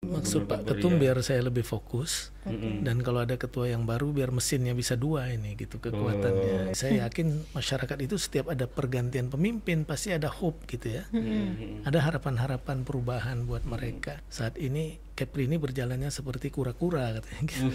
Maksud Pak Ketum biar saya lebih fokus, dan kalau ada ketua yang baru biar mesinnya bisa dua ini gitu kekuatannya. Saya yakin masyarakat itu setiap ada pergantian pemimpin pasti ada hope gitu ya. Ada harapan-harapan perubahan buat mereka. Saat ini Kepri ini berjalannya seperti kura-kura katanya gitu.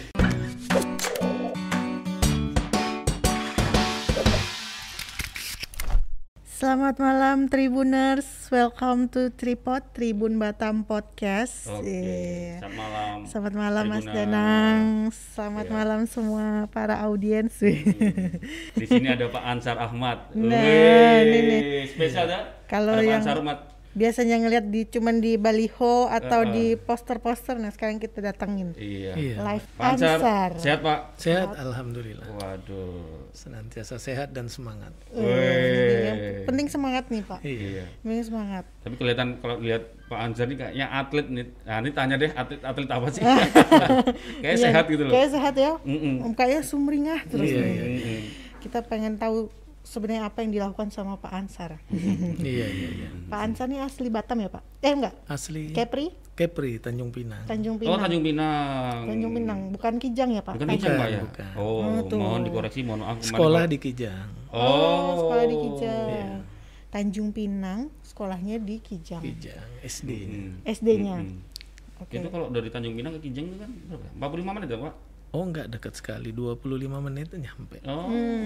Selamat malam Tribuners, welcome to Tripod, Tribun Batam Podcast. Oke, selamat malam. Selamat malam Mas Tribuners. Danang, selamat malam semua para audiens. Di sini ada Pak Ansar Ahmad. Nah, Wih, ini. spesial dah. Kalau ada Pak yang Ansar Ahmad. biasanya ngeliat cuman di baliho atau di poster-poster, nah sekarang kita datengin Iya. live Pak Ansar, Ansar. sehat Pak? Sehat, alhamdulillah. Waduh. Senantiasa sehat dan semangat. Wih. Penting semangat nih Pak, Iya. penting semangat. Tapi kelihatan kalau lihat Pak Ansar ini kayaknya atlet nih. Nah, ini tanya deh atlet apa sih? Kayak Iya, sehat gitu loh. Kayak sehat ya, Mm-mm. mukanya sumringah terus. Iya, nih. iya. Mm-mm. Kita pengen tahu sebenarnya apa yang dilakukan sama Pak Ansar. Iya. Pak Ansar ini asli Batam ya Pak? Enggak, Asli Kepri, Tanjung Pinang. Tanjung Oh, Pinang. Tanjung Pinang. Tanjung Pinang, bukan Kijang ya Pak? Bukan Tanjung- Kijang Pak ya? bukan. Oh, tuh. mohon dikoreksi, mohon maaf. Sekolah di Kijang. Oh, sekolah di Kijang. Iya. Tanjung Pinang, sekolahnya di Kijang. Kijang SD. SD-nya. Oke. Itu kalau dari Tanjung Pinang ke Kijang itu kan berapa? 45 menit ya Pak? Oh enggak dekat sekali, 25 menit nyampe. Oh,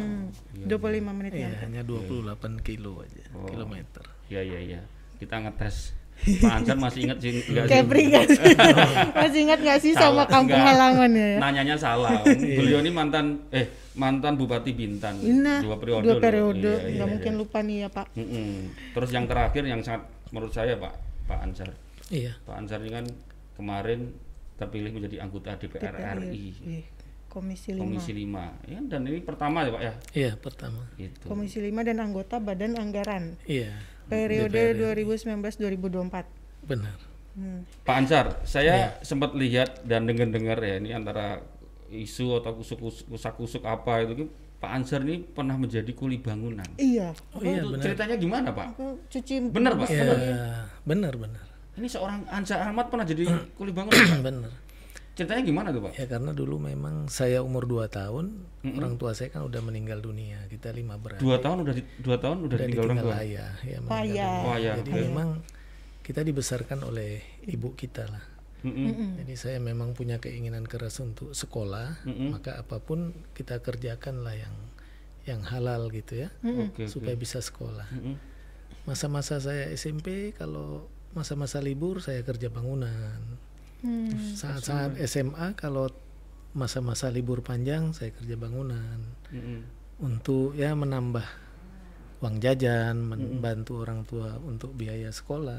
25 menit Iya, ya. hanya 28 kilo aja, kilometer. iya. Kita ngetes. Pak Ansar masih ingat sih enggak sih? Kepri nggak sih? Masih ingat nggak sih sama Salah, kampung enggak. halaman ya? Nanyanya salah. Beliau ini mantan Bupati Bintan. Nah, Dua periode. dua loh. periode, Iya, nggak iya, mungkin iya. lupa nih ya Pak. Terus yang terakhir yang sangat menurut saya Pak Ansar. Iya. Pak Ansar ini kan kemarin terpilih menjadi anggota DPR RI. Ih, Komisi 5. Komisi 5. Ya, dan ini pertama ya Pak ya. Iya, pertama. Gitu. Komisi 5 dan anggota Badan Anggaran. Iya. Periode 2019-2024. Benar. Pak Ansar, saya sempat lihat dan dengar ya ini antara isu atau kusuk apa itu Pak Ansar ini pernah menjadi kuli bangunan. Iya. Oh iya, Itu benar. ceritanya gimana Pak? Aku cuci Benar Pak? Iya, Benar. benar. Ini seorang Ansar Ahmad pernah jadi kuli bangunan Pak? Benar. Ceritanya gimana tuh Pak? Ya karena dulu memang saya umur 2 tahun, orang tua saya kan udah meninggal dunia. Kita 5 beradik. 2 tahun udah ditinggal orang tua. ayah, ya, meninggal Ayah. dunia. Oh, ayah, Jadi oke. memang kita dibesarkan oleh ibu kita lah. Jadi saya memang punya keinginan keras untuk sekolah, maka apapun kita kerjakan lah yang halal gitu ya, Oke. supaya bisa sekolah. Masa-masa saya SMP, kalau masa-masa libur saya kerja bangunan. Saat-saat SMA, kalau masa-masa libur panjang saya kerja bangunan untuk ya menambah uang jajan, membantu orang tua untuk biaya sekolah.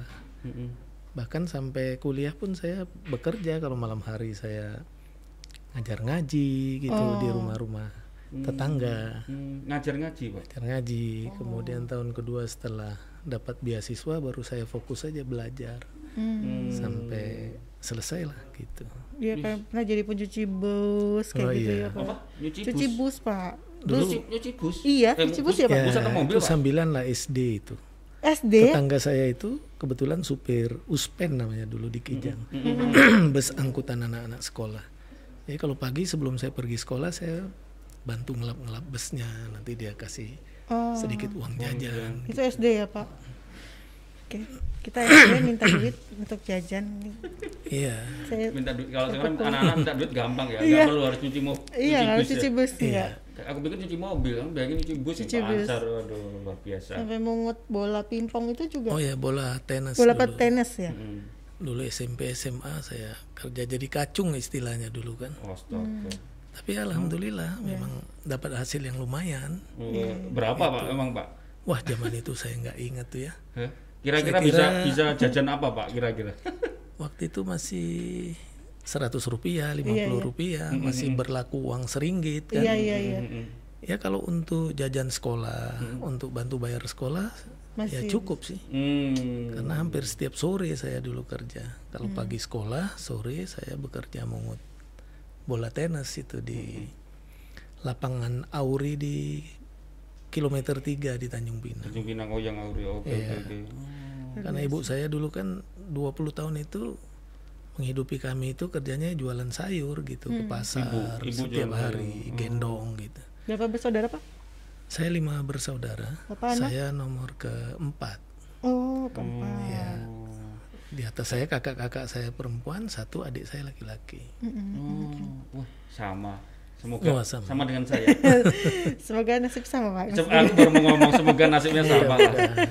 Bahkan sampai kuliah pun saya bekerja, kalau malam hari saya ngajar ngaji gitu di rumah-rumah tetangga. Ngajar ngaji Pak. Ngajar ngaji. Kemudian tahun kedua setelah dapat beasiswa baru saya fokus aja belajar sampai selesai lah gitu. Dia kan pernah jadi pencuci bus kayak Oh, gitu iya. ya Pak. Apa? Nyuci Cuci bus. bus Pak. Dulu Nyuci bus. Iya, nyuci bus ya Pak. Bus atau mobil itu Pak? sambilan lah SD itu. SD. Tetangga saya itu kebetulan supir Uspen namanya dulu di Kijang. Bus angkutan anak-anak sekolah. Jadi kalau pagi sebelum saya pergi sekolah saya bantu ngelap-ngelap busnya, nanti dia kasih sedikit uang jajan. Itu SD ya Pak. Oke, kita SD minta duit untuk jajan. Iya. Saya Minta duit kalau sekarang anak-anak minta duit gampang ya. Iya. Enggak perlu harus cuci iya harus bus cuci ya. bus ya. Iya. Aku pikir cuci mobil, kan bayangin cuci bus Cuci Pak bus. Ansar. Waduh, luar biasa. Sampai mungut bola pingpong itu juga. Oh ya, bola tenis Bola dulu. tenis ya. Dulu SMP SMA saya kerja jadi kacung istilahnya dulu kan. Astaga. Tapi alhamdulillah memang dapat hasil yang lumayan. Berapa Pak emang Pak? Wah, zaman itu saya nggak ingat tuh ya. Hah? Kira-kira Saya bisa jajan apa Pak kira-kira? Waktu itu masih 100 rupiah, 50 rupiah, masih berlaku uang seringgit kan. Iya. Ya kalau untuk jajan sekolah, untuk bantu bayar sekolah, ya Masih. cukup sih. Karena hampir setiap sore saya dulu kerja. Kalau pagi sekolah, sore saya bekerja mengut bola tenis itu di lapangan Auri di kilometer 3 di Tanjung Pinang. Tanjung Pinang oh yang Auri. Oke. Karena ibu saya dulu kan 20 tahun itu menghidupi kami itu kerjanya jualan sayur gitu ke pasar Ibu setiap jualan hari, gendong gitu. Berapa bersaudara Pak? Saya 5 bersaudara, Bapak anak? saya nomor keempat. Oh, keempat. Ya. Di atas saya kakak-kakak saya perempuan, 1 adik saya laki-laki. Wah, sama. Semoga Wah, sama. sama dengan saya. Semoga nasib sama Pak. Aku baru mau ngomong semoga nasibnya sama lah.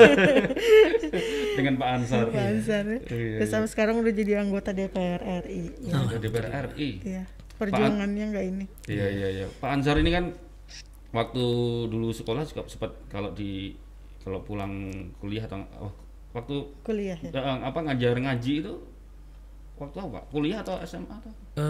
Dengan Pak Ansar. Pak Ansar. Iya, Terus sampai sekarang udah jadi anggota DPR RI. Anggota DPR RI. Iya. Perjuangannya nggak ini. Iya. Pak Ansar ini kan waktu dulu sekolah juga sempat kalau pulang kuliah atau waktu Kuliah ya. ngajar ngaji itu waktu apa? Kuliah atau SMA atau?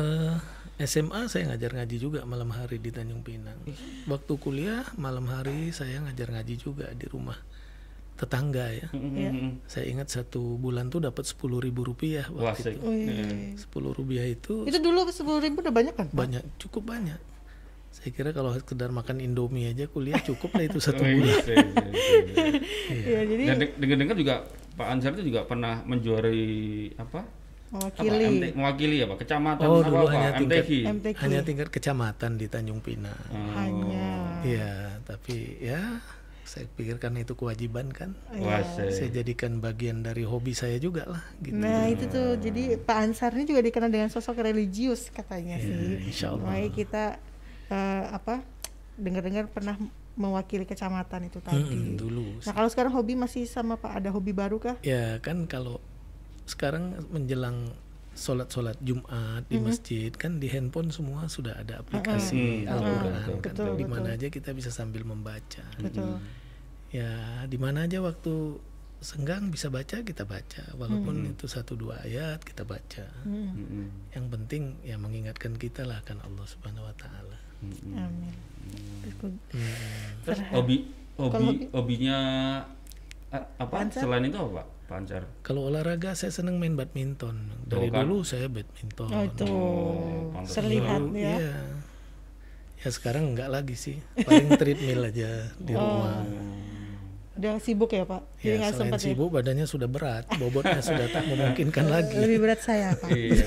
SMA saya ngajar ngaji juga malam hari di Tanjung Pinang. Waktu kuliah malam hari saya ngajar ngaji juga di rumah tetangga ya. Saya ingat 1 bulan tuh dapat 10.000 rupiah Wah, waktu itu. Oh, iya. 10 rupiah itu Itu dulu 10.000 udah banyak kan Pak? banyak, cukup banyak. Saya kira kalau sekedar makan Indomie aja kuliah cukup lah itu 1 Oh, bulan. Iya, jadi Dan dengar-dengar juga Pak Ansar itu juga pernah menjuarai mewakili apa kecamatan Oh, dulu MTQ. MTQ. hanya tingkat kecamatan di Tanjung Pinang. Hanya. Iya, tapi ya saya pikir karena itu kewajiban kan. Wah, Saya jadikan bagian dari hobi saya juga lah gitu. Nah itu tuh, jadi Pak Ansar ini juga dikenal dengan sosok religius katanya sih. insya Allah. Makanya kita dengar-dengar pernah mewakili kecamatan itu tadi. Dulu. Nah kalau sekarang hobi masih sama Pak, ada hobi baru kah? Ya kan kalau sekarang menjelang sholat Jumat di masjid kan di handphone semua sudah ada aplikasi Al-Quran kan, Betul, di mana aja kita bisa sambil membaca. Betul. Ya di mana aja waktu senggang bisa baca kita baca, walaupun itu 1-2 ayat kita baca. Yang penting ya mengingatkan kita lah kan Allah Subhanahu Wa Taala. Amin. Terus hobinya apa selain itu apa Pak Ansar? Kalau olahraga saya senang main badminton. Dari dulu saya badminton. Oh itu pantas. terlihat Dulu, ya. iya. Ya sekarang enggak lagi sih. Paling treadmill aja di rumah. Udah sibuk ya Pak? Jadi Ya nggak selain sempat sibuk badannya sudah berat, bobotnya sudah tak memungkinkan lagi. Lebih berat saya Pak. Iya.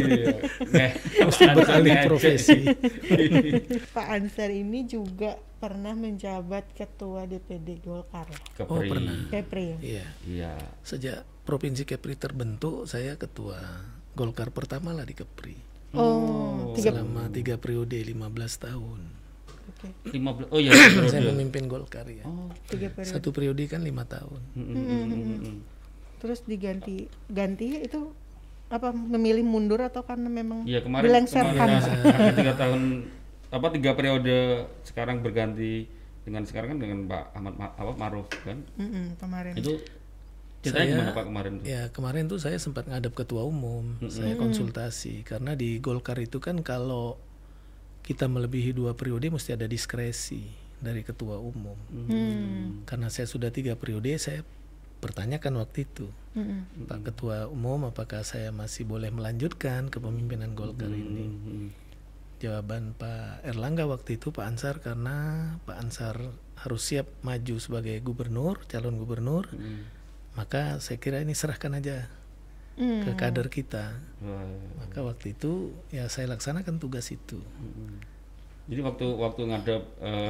Mesti beralih profesi. Pak Ansar ini juga pernah menjabat ketua DPD Golkar. Oh pernah. Kepri. Iya. Iya. Sejak Provinsi Kepri terbentuk, saya ketua Golkar pertama lah di Kepri. Oh, Selama 3 periode 15 tahun. oke. 15. Oh iya. Saya memimpin Golkar ya. Oh. 3 periode. 1 periode kan 5 tahun. Terus ganti itu apa memilih mundur atau karena memang Iya kemarin dilengsarkan? 3 tahun 3 periode sekarang berganti dengan sekarang kan dengan Pak Ahmad Ma'ruf kan. Kemarin. Itu ceritanya gimana Pak kemarin tuh? Ya kemarin tuh saya sempat ngadap ketua umum, saya konsultasi karena di Golkar itu kan kalau kita melebihi 2 periode mesti ada diskresi dari ketua umum. Karena saya sudah 3 periode, saya pertanyakan waktu itu, Pak Ketua Umum, apakah saya masih boleh melanjutkan kepemimpinan Golkar ini? Jawaban Pak Erlangga waktu itu, Pak Ansar, karena Pak Ansar harus siap maju sebagai gubernur, calon gubernur, maka saya kira ini serahkan aja ke kader kita. Maka waktu itu ya saya laksanakan tugas itu. Jadi waktu ngadep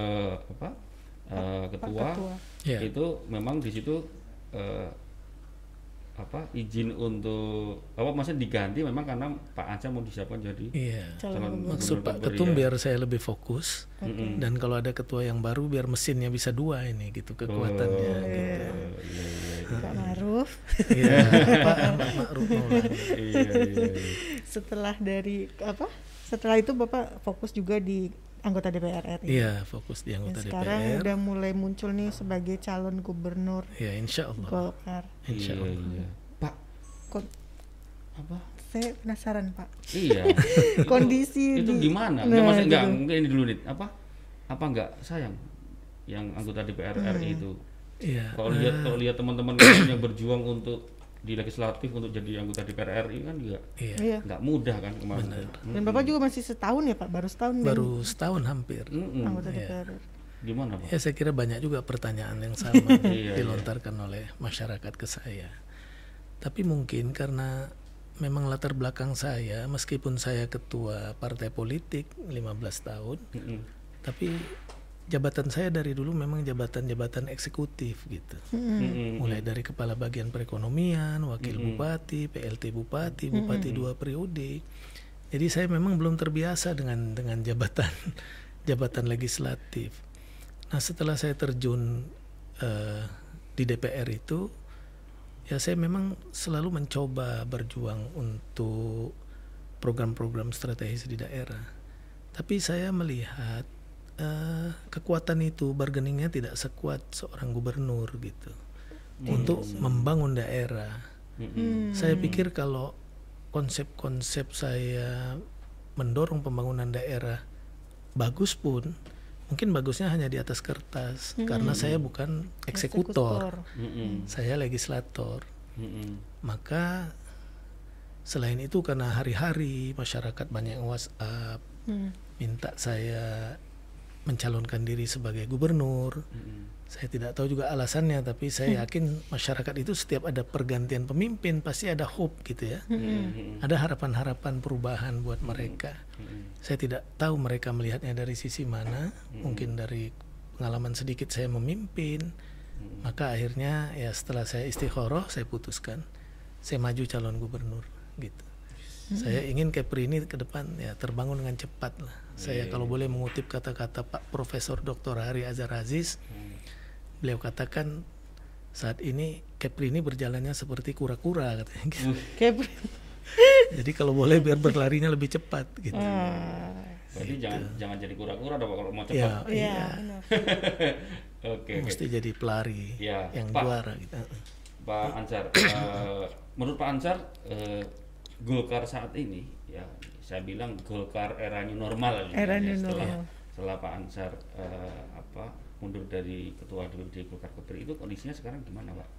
ketua Ya. itu memang di situ izin untuk maksudnya diganti memang karena Pak Ansar mau disiapkan jadi Iya. calon Maksud Pak Ketum biar saya lebih fokus dan kalau ada ketua yang baru biar mesinnya bisa 2 ini gitu kekuatannya. Gitu. Pak Ma'ruf. Iya. Pak Ma'ruf Maulana. Iya. Setelah itu Bapak fokus juga di anggota DPR RI. Iya, fokus di anggota Sekarang DPR. udah mulai muncul nih sebagai calon gubernur Ya, insya Allah. Golkar. Insya Allah. Iya. Pak Kok apa? saya penasaran Pak. Iya. Kondisi itu di- gimana? Nah, Maksudnya enggak gitu. mungkin ini dulu nih. Apa enggak sayang yang anggota DPR RI itu? Iya. Kalau lihat teman-teman yang berjuang untuk di legislatif untuk jadi anggota DPR RI kan juga Iya. nggak mudah kan kemarin. Dan Bapak juga masih setahun ya Pak, baru setahun jadi Baru setahun hampir. anggota DPR. Gimana Pak? Ya, saya kira banyak juga pertanyaan yang sama Iya, dilontarkan oleh masyarakat ke saya. Tapi mungkin karena memang latar belakang saya, meskipun saya ketua partai politik 15 tahun, tapi jabatan saya dari dulu memang jabatan-jabatan eksekutif gitu. Mulai dari kepala bagian perekonomian, wakil bupati, PLT bupati, bupati 2 periode. Jadi saya memang belum terbiasa dengan jabatan jabatan legislatif. Nah, setelah saya terjun di DPR itu, ya saya memang selalu mencoba berjuang untuk program-program strategis di daerah. Tapi saya melihat kekuatan itu bargainingnya tidak sekuat seorang gubernur gitu untuk membangun daerah. Saya pikir kalau konsep-konsep saya mendorong pembangunan daerah bagus pun, mungkin bagusnya hanya di atas kertas karena saya bukan eksekutor. Saya legislator. Maka selain itu karena hari-hari masyarakat banyak yang WhatsApp minta saya mencalonkan diri sebagai gubernur. Saya tidak tahu juga alasannya, tapi saya yakin masyarakat itu setiap ada pergantian pemimpin pasti ada hope gitu ya. Ada harapan-harapan perubahan buat mereka. Saya tidak tahu mereka melihatnya dari sisi mana. Mungkin dari pengalaman sedikit saya memimpin. Maka akhirnya ya setelah saya istikharah, saya putuskan saya maju calon gubernur gitu. Saya ingin Kepri ini ke depan ya terbangun dengan cepat lah. Saya kalau boleh mengutip kata-kata Pak Profesor Dr. Hari Azhar Aziz, beliau katakan saat ini Kepri ini berjalannya seperti kura-kura katanya gitu. Jadi kalau boleh biar berlarinya lebih cepat gitu. Berarti jangan jadi kura-kura dong kalau mau cepat. Iya. Oke. Mesti jadi pelari yang Pak, juara gitu. Pak Ansar, menurut Pak Ansar, Golkar saat ini ya saya bilang Golkar era new normal setelah Pak Ansar mundur dari ketua DPD Golkar Kepri, itu kondisinya sekarang gimana, Pak?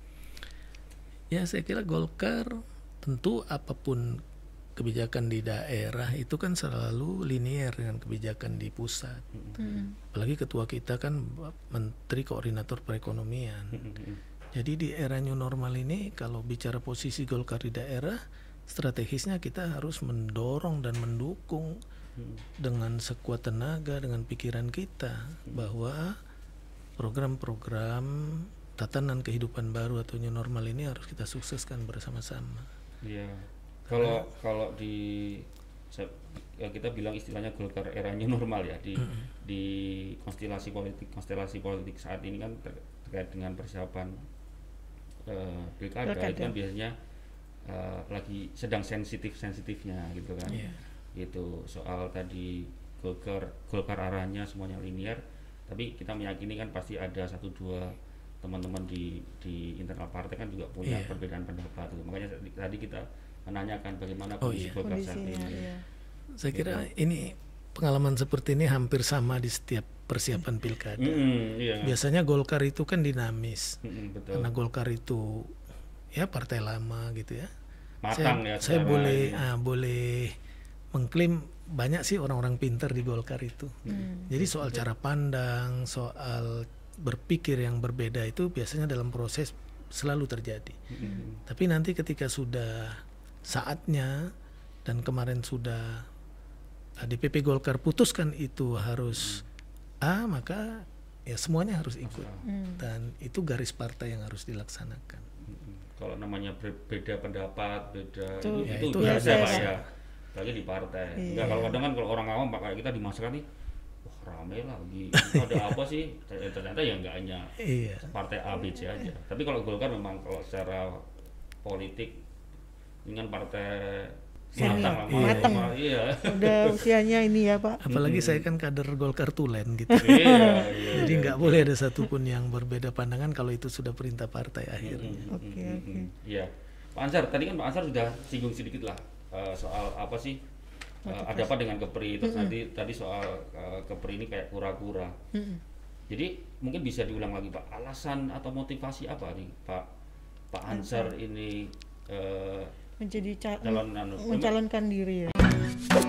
Ya saya kira Golkar tentu apapun kebijakan di daerah itu kan selalu linear dengan kebijakan di pusat. Apalagi ketua kita kan Menteri Koordinator Perekonomian. Jadi di era new normal ini kalau bicara posisi Golkar di daerah, strategisnya kita harus mendorong dan mendukung dengan sekuat tenaga, dengan pikiran kita bahwa program-program tatanan kehidupan baru atau new normal ini harus kita sukseskan bersama-sama. Iya. Kalau kita bilang istilahnya Golkar era new normal ya di konstelasi politik saat ini kan terkait dengan persiapan pilkada itu kan biasanya lagi sedang sensitifnya gitu kan. Itu soal tadi Golkar arahnya semuanya linear, tapi kita meyakini kan pasti ada 1-2 teman-teman di internal partai kan juga punya perbedaan pendapat. Makanya tadi kita menanyakan bagaimana kondisi Golkar saat ini. Saya kira ini pengalaman seperti ini hampir sama di setiap persiapan pilkada. Biasanya Golkar itu kan dinamis. Betul. Karena Golkar itu ya partai lama gitu ya. Matang saya boleh mengklaim banyak sih orang-orang pintar di Golkar itu. Jadi soal cara pandang, soal berpikir yang berbeda itu biasanya dalam proses selalu terjadi. Tapi nanti ketika sudah saatnya dan kemarin sudah DPP Golkar putuskan itu harus A, maka ya semuanya harus ikut. Dan itu garis partai yang harus dilaksanakan. Kalau namanya beda pendapat, itu biasa Pak ya. Lagi di partai. Enggak, kalau kadang kan kalau orang awam Pak kayak kita di masyarakat nih, wah rame lah, ada apa sih? Ternyata ya enggak hanya partai A, B, C aja. Tapi kalau Golkar memang kalau secara politik ini kan partai matang. Udah usianya ini ya Pak. Apalagi saya kan kader Golkar tulen gitu. Jadi nggak boleh ada satupun yang berbeda pandangan kalau itu sudah perintah partai akhirnya. Oke. Iya, Pak Ansar, tadi kan Pak Ansar sudah singgung sedikit lah soal apa sih ada apa dengan Kepri. Terus tadi soal Kepri ini kayak kura-kura. Jadi mungkin bisa diulang lagi Pak, alasan atau motivasi apa nih Pak Ansar ini menjadi mencalonkan diri ya.